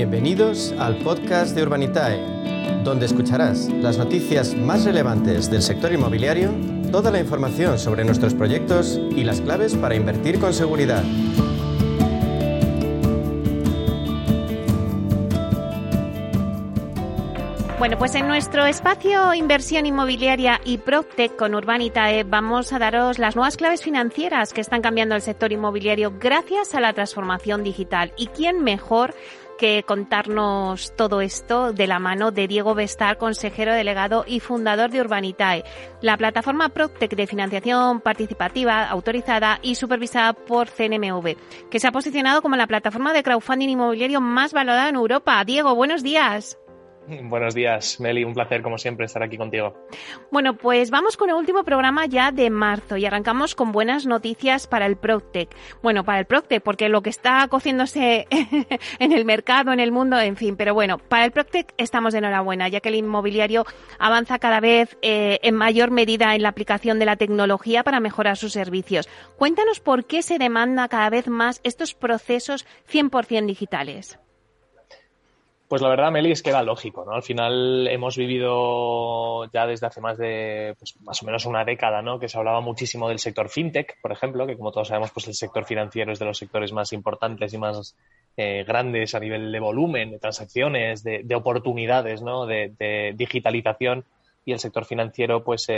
Bienvenidos al podcast de Urbanitae, donde escucharás las noticias más relevantes del sector inmobiliario, toda la información sobre nuestros proyectos y las claves para invertir con seguridad. Bueno, pues en nuestro espacio Inversión Inmobiliaria y PropTech con Urbanitae vamos a daros las nuevas claves financieras que están cambiando el sector inmobiliario gracias a la transformación digital. ¿Y quién mejor que contarnos todo esto de la mano de Diego Bestar, consejero delegado y fundador de Urbanitae, la plataforma PropTech de financiación participativa autorizada y supervisada por CNMV, que se ha posicionado como la plataforma de crowdfunding inmobiliario más valorada en Europa? Diego, buenos días. Buenos días, Meli. Un placer, como siempre, estar aquí contigo. Bueno, pues vamos con el último programa ya de marzo y arrancamos con buenas noticias para el PropTech. Bueno, para el PropTech, porque lo que está cociéndose en el mercado, en el mundo, en fin. Pero bueno, para el PropTech estamos de enhorabuena, ya que el inmobiliario avanza cada vez en mayor medida en la aplicación de la tecnología para mejorar sus servicios. Cuéntanos por qué se demanda cada vez más estos procesos 100% digitales. Pues la verdad, Meli, es que era lógico, ¿no? Al final hemos vivido ya desde hace más o menos una década, ¿no? Que se hablaba muchísimo del sector fintech, por ejemplo, que como todos sabemos, pues el sector financiero es de los sectores más importantes y más grandes a nivel de volumen, de transacciones, de oportunidades, ¿no? De digitalización. Y el sector financiero, pues,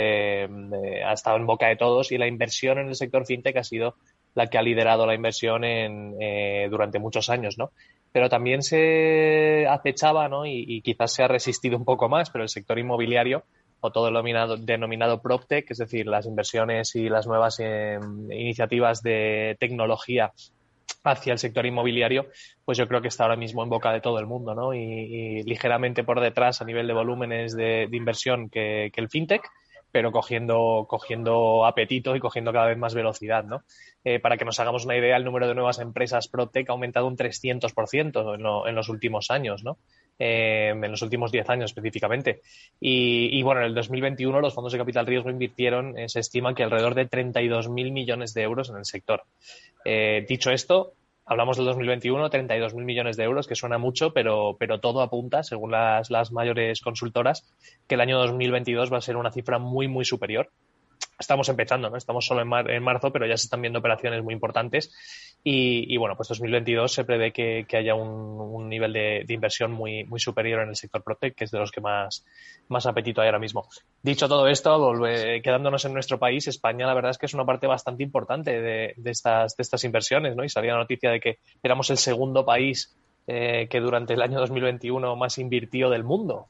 ha estado en boca de todos y la inversión en el sector fintech ha sido la que ha liderado la inversión durante muchos años, ¿no? Pero también se acechaba, ¿no? Y quizás se ha resistido un poco más, pero el sector inmobiliario o todo lo denominado PropTech, es decir, las inversiones y las nuevas iniciativas de tecnología hacia el sector inmobiliario, pues yo creo que está ahora mismo en boca de todo el mundo, ¿no? Y ligeramente por detrás a nivel de volúmenes de inversión que el fintech, pero cogiendo apetito y cogiendo cada vez más velocidad, ¿no? Para que nos hagamos una idea, el número de nuevas empresas PropTech ha aumentado un 300% en los últimos años, ¿no? En los últimos 10 años específicamente. Y bueno, en el 2021 los fondos de capital riesgo invirtieron, se estima que alrededor de 32.000 millones de euros en el sector. Dicho esto, hablamos del 2021, 32.000 millones de euros, que suena mucho, pero todo apunta, según las mayores consultoras, que el año 2022 va a ser una cifra muy, muy superior. Estamos empezando, ¿no? Estamos solo en marzo, pero ya se están viendo operaciones muy importantes y bueno, pues 2022 se prevé que haya un nivel de inversión muy, muy superior en el sector PropTech, que es de los que más apetito hay ahora mismo. Dicho todo esto, quedándonos en nuestro país, España, la verdad es que es una parte bastante importante de estas inversiones, ¿no? Y salía la noticia de que éramos el segundo país que durante el año 2021 más invirtió del mundo.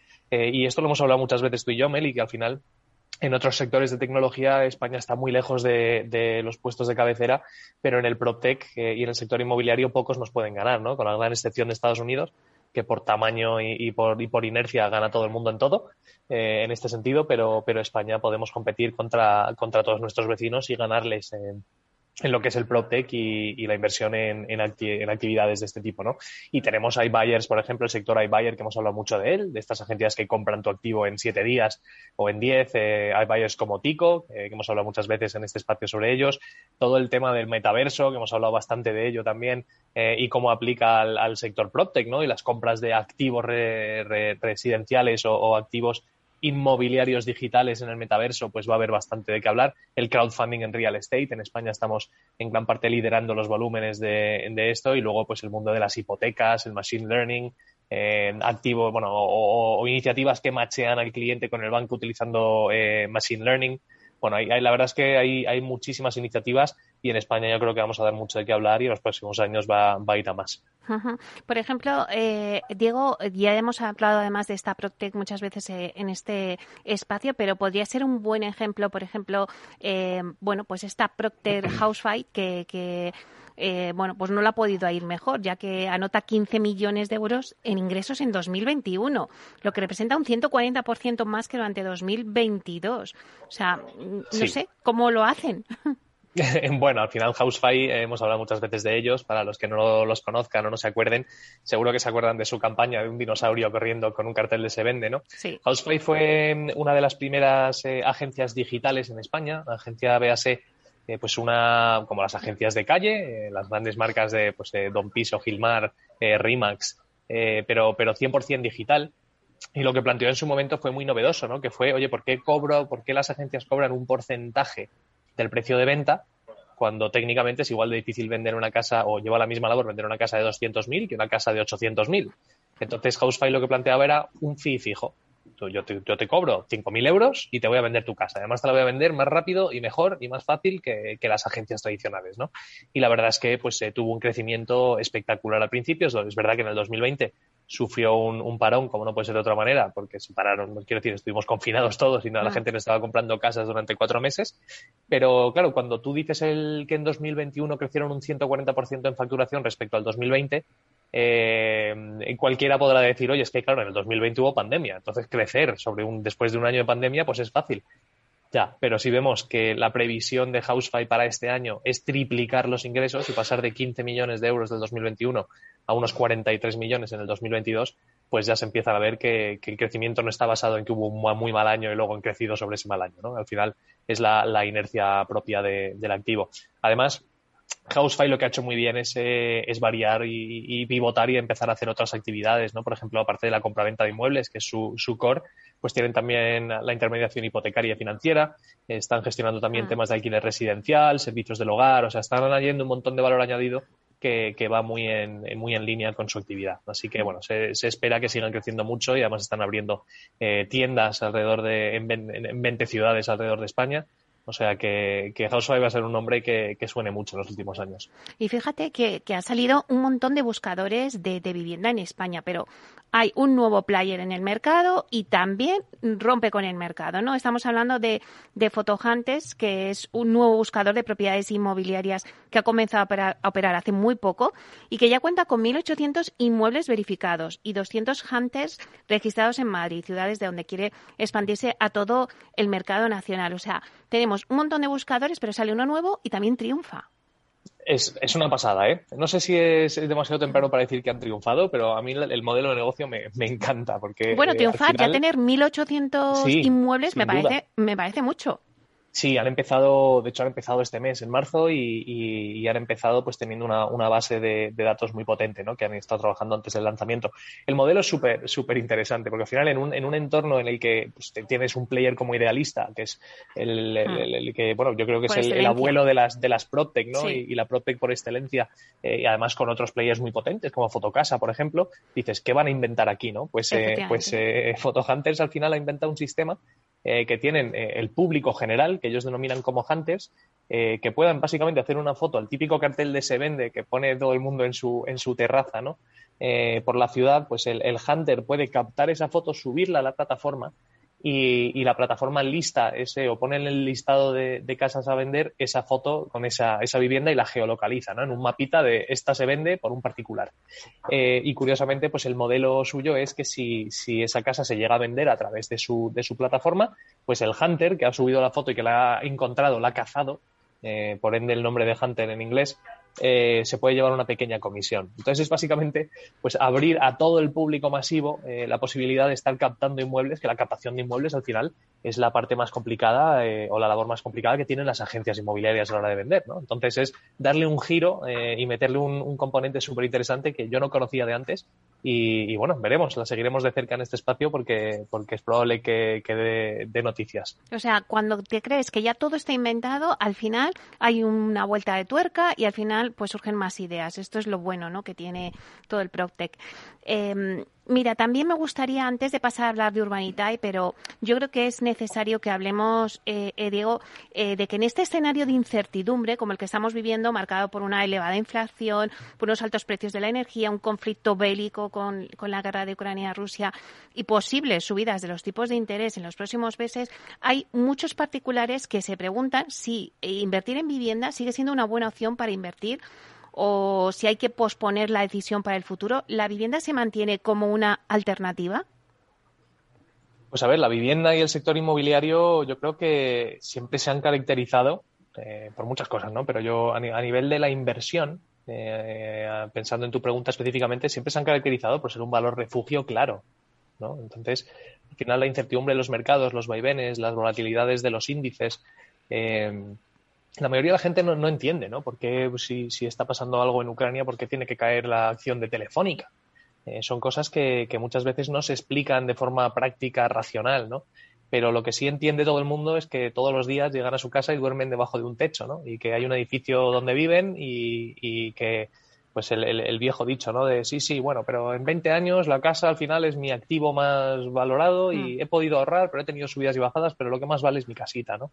Y esto lo hemos hablado muchas veces tú y yo, Meli, que al final en otros sectores de tecnología España está muy lejos de los puestos de cabecera, pero en el PropTech y en el sector inmobiliario pocos nos pueden ganar, ¿no? Con la gran excepción de Estados Unidos, que por tamaño y por inercia gana todo el mundo en todo, en este sentido, pero España podemos competir contra todos nuestros vecinos y ganarles en lo que es el PropTech y la inversión en actividades de este tipo, ¿no? Y tenemos iBuyers, por ejemplo, el sector iBuyer, que hemos hablado mucho de él, de estas agencias que compran tu activo en 7 días o en 10, iBuyers como Tico, que hemos hablado muchas veces en este espacio sobre ellos, todo el tema del metaverso, que hemos hablado bastante de ello también, y cómo aplica al sector PropTech, ¿no? Y las compras de activos residenciales o activos inmobiliarios digitales en el metaverso, pues va a haber bastante de qué hablar. El crowdfunding en real estate, en España estamos en gran parte liderando los volúmenes de esto, y luego pues el mundo de las hipotecas, el machine learning, activos, bueno, o iniciativas que machean al cliente con el banco utilizando machine learning. Bueno, la verdad es que hay muchísimas iniciativas y en España yo creo que vamos a dar mucho de qué hablar y en los próximos años va a ir a más. Uh-huh. Por ejemplo, Diego, ya hemos hablado además de esta PropTech muchas veces en este espacio, pero podría ser un buen ejemplo, por ejemplo, bueno, pues esta PropTech Housefy que bueno, pues no la ha podido ir mejor, ya que anota 15 millones de euros en ingresos en 2021, lo que representa un 140% más que durante 2022. O sea, no sé cómo lo hacen. Bueno, al final Housefy, hemos hablado muchas veces de ellos. Para los que no los conozcan o no se acuerden, seguro que se acuerdan de su campaña de un dinosaurio corriendo con un cartel de "se vende", ¿no? Sí. Housefy fue una de las primeras agencias digitales en España. La agencia, véase, pues como las agencias de calle, las grandes marcas de Don Piso, Gilmar, Rimax, pero 100% digital. Y lo que planteó en su momento fue muy novedoso, ¿no? Que fue, oye, ¿por qué las agencias cobran un porcentaje del precio de venta cuando técnicamente es igual de difícil vender una casa o lleva la misma labor vender una casa de 200.000 que una casa de 800.000? Entonces Housefly lo que planteaba era un fee fijo. Yo te cobro 5.000 euros y te voy a vender tu casa. Además te la voy a vender más rápido y mejor y más fácil que las agencias tradicionales, ¿no? Y la verdad es que pues tuvo un crecimiento espectacular al principio. Es verdad que en el 2020 sufrió un parón, como no puede ser de otra manera, porque se pararon, quiero decir, estuvimos confinados todos y la gente no estaba comprando casas durante 4 meses. Pero claro, cuando tú dices que en 2021 crecieron un 140% en facturación respecto al 2020, cualquiera podrá decir, oye, es que claro, en el 2020 hubo pandemia, entonces crecer después de un año de pandemia pues es fácil. Ya, pero si vemos que la previsión de Housefly para este año es triplicar los ingresos y pasar de 15 millones de euros del 2021 a unos 43 millones en el 2022, pues ya se empieza a ver que el crecimiento no está basado en que hubo un muy mal año y luego han crecido sobre ese mal año, ¿no? Al final es la inercia propia del activo. Además, Housefly lo que ha hecho muy bien es variar y pivotar y empezar a hacer otras actividades, ¿no? Por ejemplo, aparte de la compraventa de inmuebles, que es su core, pues tienen también la intermediación hipotecaria y financiera, están gestionando también temas de alquiler residencial, servicios del hogar, o sea, están añadiendo un montón de valor añadido que va muy en línea con su actividad. Así que, bueno, se espera que sigan creciendo mucho y además están abriendo tiendas en 20 ciudades alrededor de España. O sea que Housefly va a ser un nombre que suene mucho en los últimos años. Y fíjate que ha salido un montón de buscadores de vivienda en España, pero hay un nuevo player en el mercado y también rompe con el mercado, ¿no? Estamos hablando de Photohunters, que es un nuevo buscador de propiedades inmobiliarias que ha comenzado a operar hace muy poco y que ya cuenta con 1.800 inmuebles verificados y 200 hunters registrados en Madrid, ciudades de donde quiere expandirse a todo el mercado nacional. O sea, tenemos un montón de buscadores, pero sale uno nuevo y también triunfa. Es una pasada, ¿eh? No sé si es demasiado temprano para decir que han triunfado, pero a mí el modelo de negocio me encanta. Porque, bueno, triunfar, al final, ya tener 1.800 inmuebles me parece mucho. Sí, han empezado este mes, en marzo, y han empezado pues teniendo una base de datos muy potente, ¿no? Que han estado trabajando antes del lanzamiento. El modelo es súper interesante, porque al final en un entorno en el que pues, tienes un player como Idealista, que es el que, bueno, yo creo que es el abuelo de las PropTech, ¿no? Sí. Y la PropTech por excelencia, y además con otros players muy potentes, como Fotocasa, por ejemplo, dices, ¿qué van a inventar aquí, no? Pues Photohunters al final ha inventado un sistema que tienen el público general, que ellos denominan como hunters, que puedan básicamente hacer una foto al típico cartel de se vende que pone todo el mundo en su terraza, ¿no? Por la ciudad, pues el hunter puede captar esa foto, subirla a la plataforma y la plataforma lista o pone en el listado de casas a vender esa foto con esa vivienda y la geolocaliza, ¿no? En un mapita de esta se vende por un particular. Y curiosamente, pues el modelo suyo es que si esa casa se llega a vender a través de su plataforma, pues el hunter que ha subido la foto y que la ha encontrado, la ha cazado, por ende el nombre de hunter en inglés, se puede llevar una pequeña comisión. Entonces es básicamente pues abrir a todo el público masivo la posibilidad de estar captando inmuebles, que la captación de inmuebles al final es la parte más complicada o la labor más complicada que tienen las agencias inmobiliarias a la hora de vender, ¿no? Entonces es darle un giro y meterle un componente súper interesante que yo no conocía de antes y bueno, veremos, la seguiremos de cerca en este espacio porque es probable que dé noticias. O sea, cuando te crees que ya todo está inventado, al final hay una vuelta de tuerca y al final pues surgen más ideas. Esto es lo bueno, ¿no?, que tiene todo el PropTech. Mira, también me gustaría, antes de pasar a hablar de Urbanitae, pero yo creo que es necesario que hablemos, Diego, de que en este escenario de incertidumbre, como el que estamos viviendo, marcado por una elevada inflación, por unos altos precios de la energía, un conflicto bélico con la guerra de Ucrania-Rusia y posibles subidas de los tipos de interés en los próximos meses, hay muchos particulares que se preguntan si invertir en vivienda sigue siendo una buena opción para invertir o si hay que posponer la decisión para el futuro. ¿La vivienda se mantiene como una alternativa? Pues a ver, la vivienda y el sector inmobiliario yo creo que siempre se han caracterizado por muchas cosas, ¿no? Pero yo a nivel de la inversión, pensando en tu pregunta específicamente, siempre se han caracterizado por ser un valor refugio claro, ¿no? Entonces, al final la incertidumbre de los mercados, los vaivenes, las volatilidades de los índices, la mayoría de la gente no entiende, ¿no? ¿Por qué si está pasando algo en Ucrania, por qué tiene que caer la acción de Telefónica? Son cosas que muchas veces no se explican de forma práctica, racional, ¿no? Pero lo que sí entiende todo el mundo es que todos los días llegan a su casa y duermen debajo de un techo, ¿no? Y que hay un edificio donde viven y que pues el viejo dicho, ¿no? De sí, bueno, pero en 20 años la casa al final es mi activo más valorado y he podido ahorrar, pero he tenido subidas y bajadas, pero lo que más vale es mi casita, ¿no?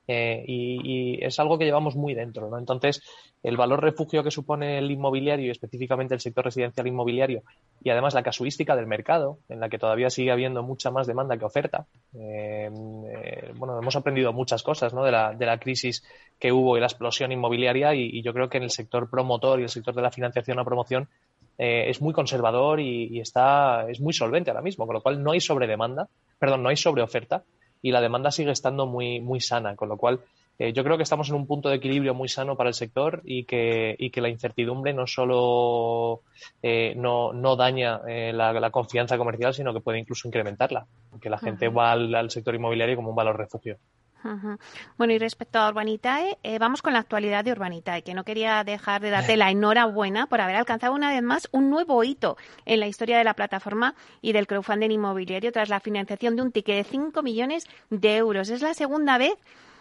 Y es algo que llevamos muy dentro, ¿no? Entonces, el valor refugio que supone el inmobiliario y específicamente el sector residencial inmobiliario y además la casuística del mercado, en la que todavía sigue habiendo mucha más demanda que oferta. Bueno, hemos aprendido muchas cosas, ¿no? de la crisis que hubo y la explosión inmobiliaria y yo creo que en el sector promotor y el sector de la financiación a promoción es muy conservador y es muy solvente ahora mismo, con lo cual no hay no hay sobreoferta y la demanda sigue estando muy, muy sana, con lo cual yo creo que estamos en un punto de equilibrio muy sano para el sector y que la incertidumbre no solo no daña la confianza comercial, sino que puede incluso incrementarla, porque la gente va al sector inmobiliario como un valor refugio. Bueno, y respecto a Urbanitae, vamos con la actualidad de Urbanitae, que no quería dejar de darte la enhorabuena por haber alcanzado una vez más un nuevo hito en la historia de la plataforma y del crowdfunding inmobiliario tras la financiación de un ticket de 5 millones de euros. Es la segunda vez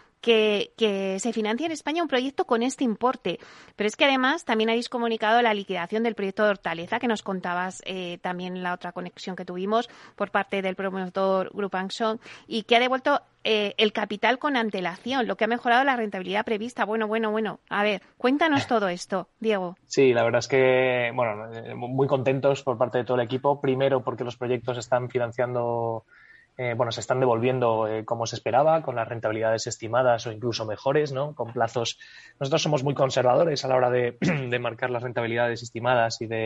que se financia en España un proyecto con este importe. Pero es que además también habéis comunicado la liquidación del proyecto de Hortaleza, que nos contabas también en la otra conexión que tuvimos por parte del promotor Grupo Anxo, y que ha devuelto el capital con antelación, lo que ha mejorado la rentabilidad prevista. Bueno. A ver, cuéntanos todo esto, Diego. Sí, la verdad es que, bueno, muy contentos por parte de todo el equipo. Primero porque los proyectos están financiando se están devolviendo como se esperaba, con las rentabilidades estimadas o incluso mejores, ¿no? Con plazos. Nosotros somos muy conservadores a la hora de marcar las rentabilidades estimadas y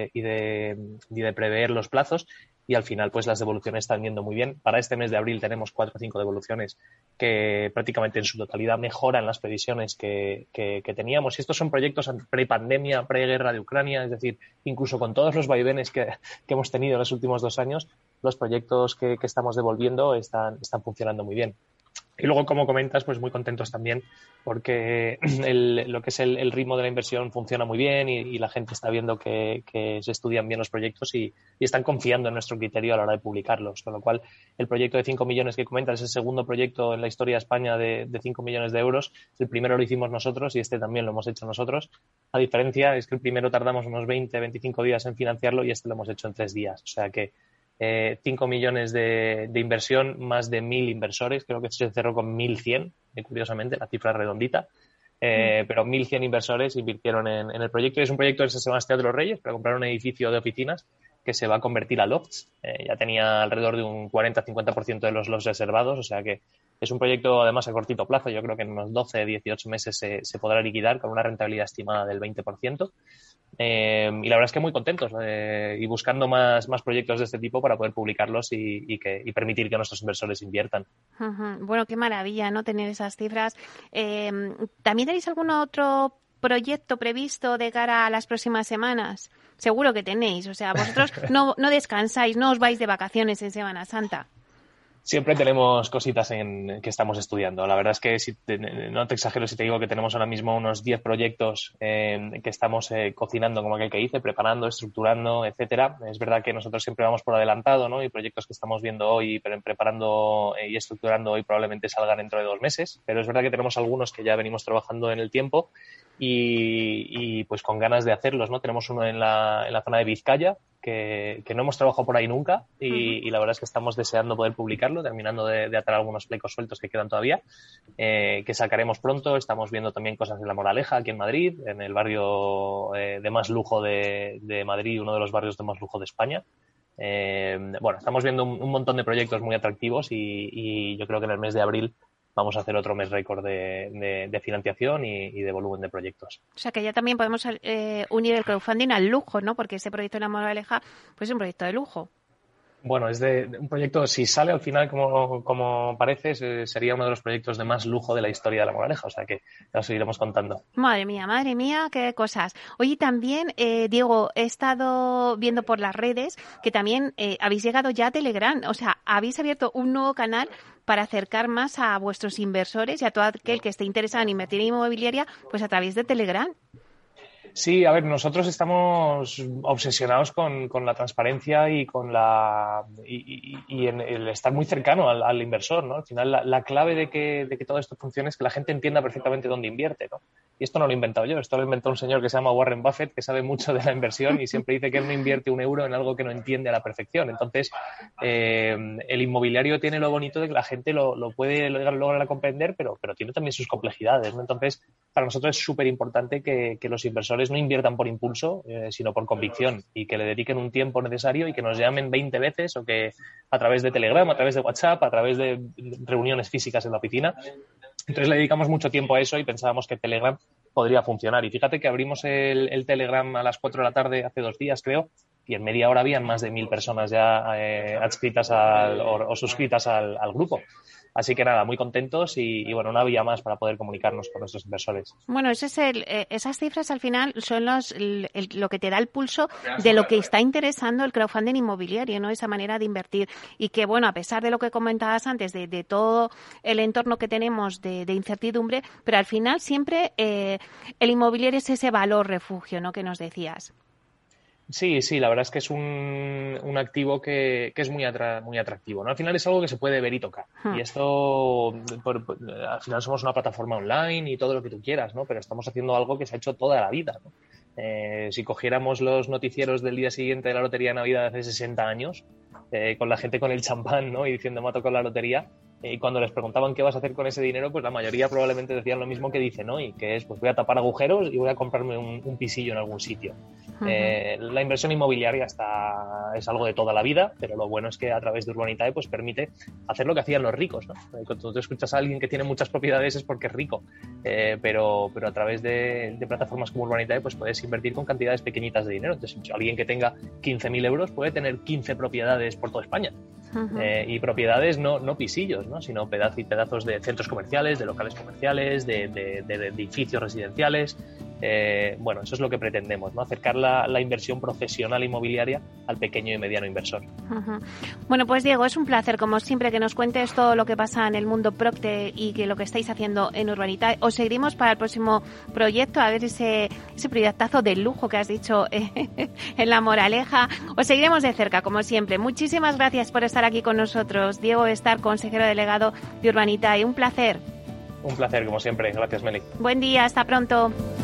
de prever los plazos y al final pues las devoluciones están yendo muy bien. Para este mes de abril tenemos 4 o 5 devoluciones que prácticamente en su totalidad mejoran las previsiones que teníamos. Y estos son proyectos pre-pandemia, pre-guerra de Ucrania, es decir, incluso con todos los vaivenes que hemos tenido en los últimos 2 años, los proyectos que estamos devolviendo están funcionando muy bien. Y luego, como comentas, pues muy contentos también porque lo que es el ritmo de la inversión funciona muy bien y la gente está viendo que se estudian bien los proyectos y están confiando en nuestro criterio a la hora de publicarlos. Con lo cual, el proyecto de 5 millones que comentas es el segundo proyecto en la historia de España de 5 millones de euros. El primero lo hicimos nosotros y este también lo hemos hecho nosotros. La diferencia es que el primero tardamos unos 20-25 días en financiarlo y este lo hemos hecho en 3 días. O sea que 5 millones de inversión, más de 1.000 inversores, creo que se cerró con 1.100, curiosamente, la cifra redondita, pero 1.100 inversores invirtieron en el proyecto y es un proyecto de San Sebastián de los Reyes para comprar un edificio de oficinas que se va a convertir a lofts. Ya tenía alrededor de un 40-50% de los lofts reservados, o sea que es un proyecto además a cortito plazo, yo creo que en unos 12-18 meses se podrá liquidar con una rentabilidad estimada del 20%. Y la verdad es que muy contentos y buscando más proyectos de este tipo para poder publicarlos y permitir que nuestros inversores inviertan. Bueno, qué maravilla, ¿no? Tener esas cifras. ¿También tenéis algún otro proyecto previsto de cara a las próximas semanas? Seguro que tenéis. O sea, vosotros no descansáis, no os vais de vacaciones en Semana Santa. Siempre tenemos cositas que estamos estudiando. La verdad es que no te exagero si te digo que tenemos ahora mismo unos 10 proyectos que estamos cocinando, como aquel que dice, preparando, estructurando, etcétera. Es verdad que nosotros siempre vamos por adelantado, ¿no? Y proyectos que estamos viendo hoy, preparando y estructurando hoy probablemente salgan dentro de 2 meses. Pero es verdad que tenemos algunos que ya venimos trabajando en el tiempo y pues con ganas de hacerlos, ¿no? Tenemos uno en la zona de Vizcaya que no hemos trabajado por ahí nunca y la verdad es que estamos deseando poder publicarlo, terminando de atar algunos flecos sueltos que quedan todavía, que sacaremos pronto. Estamos viendo también cosas en La Moraleja, aquí en Madrid, en el barrio de más lujo de Madrid, uno de los barrios de más lujo de España. Estamos viendo un montón de proyectos muy atractivos y yo creo que en el mes de abril vamos a hacer otro mes récord de financiación y de volumen de proyectos. O sea que ya también podemos unir el crowdfunding al lujo, ¿no? Porque ese proyecto en La Moraleja pues es un proyecto de lujo. Bueno, es de un proyecto, si sale al final como parece, sería uno de los proyectos de más lujo de la historia de La Moraleja, o sea que ya os seguiremos contando. Madre mía, qué cosas. Oye, también, Diego, he estado viendo por las redes que también habéis llegado ya a Telegram, o sea, habéis abierto un nuevo canal para acercar más a vuestros inversores y a todo aquel que esté interesado en invertir en inmobiliaria, pues a través de Telegram. Sí, a ver, nosotros estamos obsesionados con la transparencia y con y en el estar muy cercano al inversor, ¿no? Al final, la clave de que todo esto funcione es que la gente entienda perfectamente dónde invierte, ¿no? Y esto no lo he inventado yo, esto lo inventó un señor que se llama Warren Buffett, que sabe mucho de la inversión y siempre dice que él no invierte un euro en algo que no entiende a la perfección. Entonces, el inmobiliario tiene lo bonito de que la gente lo puede lograr comprender, pero tiene también sus complejidades, ¿no? Entonces, para nosotros es súper importante que los inversores no inviertan por impulso, sino por convicción, y que le dediquen un tiempo necesario y que nos llamen 20 veces, o que a través de Telegram, a través de WhatsApp, a través de reuniones físicas en la oficina. Entonces le dedicamos mucho tiempo a eso y pensábamos que Telegram podría funcionar. Y fíjate que abrimos el Telegram a las 4 de la tarde hace 2 días, creo, y en media hora habían más de 1.000 personas ya adscritas o suscritas al grupo. Así que nada, muy contentos y bueno, una vía más para poder comunicarnos con nuestros inversores. Bueno, esas cifras al final son lo que te da el pulso de lo que está interesando el crowdfunding inmobiliario, ¿no? Esa manera de invertir. Y que, bueno, a pesar de lo que comentabas antes, de todo el entorno que tenemos de incertidumbre, pero al final siempre el inmobiliario es ese valor refugio, ¿no? Que nos decías. Sí, la verdad es que es un activo que es muy atractivo, ¿no? Al final es algo que se puede ver y tocar. Y esto, al final somos una plataforma online y todo lo que tú quieras, ¿no? Pero estamos haciendo algo que se ha hecho toda la vida, ¿no? Si cogiéramos los noticieros del día siguiente de la Lotería de Navidad de hace 60 años, con la gente con el champán, ¿no? Y diciendo, me ha tocado la lotería. Y cuando les preguntaban qué vas a hacer con ese dinero, pues la mayoría probablemente decían lo mismo que dicen hoy, que es, pues voy a tapar agujeros y voy a comprarme un pisillo en algún sitio. La inversión inmobiliaria es algo de toda la vida, pero lo bueno es que a través de Urbanitae pues permite hacer lo que hacían los ricos, ¿no? Cuando tú escuchas a alguien que tiene muchas propiedades es porque es rico, pero a través de plataformas como Urbanitae pues puedes invertir con cantidades pequeñitas de dinero. Entonces, alguien que tenga 15.000 euros puede tener 15 propiedades por toda España. Y propiedades no pisillos, ¿no? Sino pedazos de centros comerciales, de locales comerciales, de edificios residenciales. Bueno, eso es lo que pretendemos, ¿no? Acercar la inversión profesional inmobiliaria al pequeño y mediano inversor. Bueno, pues Diego, es un placer, como siempre, que nos cuentes todo lo que pasa en el mundo Procte y que lo que estáis haciendo en Urbanitae. Os seguiremos para el próximo proyecto, a ver ese proyectazo de lujo que has dicho en La Moraleja. Os seguiremos de cerca, como siempre. Muchísimas gracias por estar aquí con nosotros. Diego Estar, consejero delegado de Urbanitae. Un placer. Un placer, como siempre. Gracias, Meli. Buen día, hasta pronto.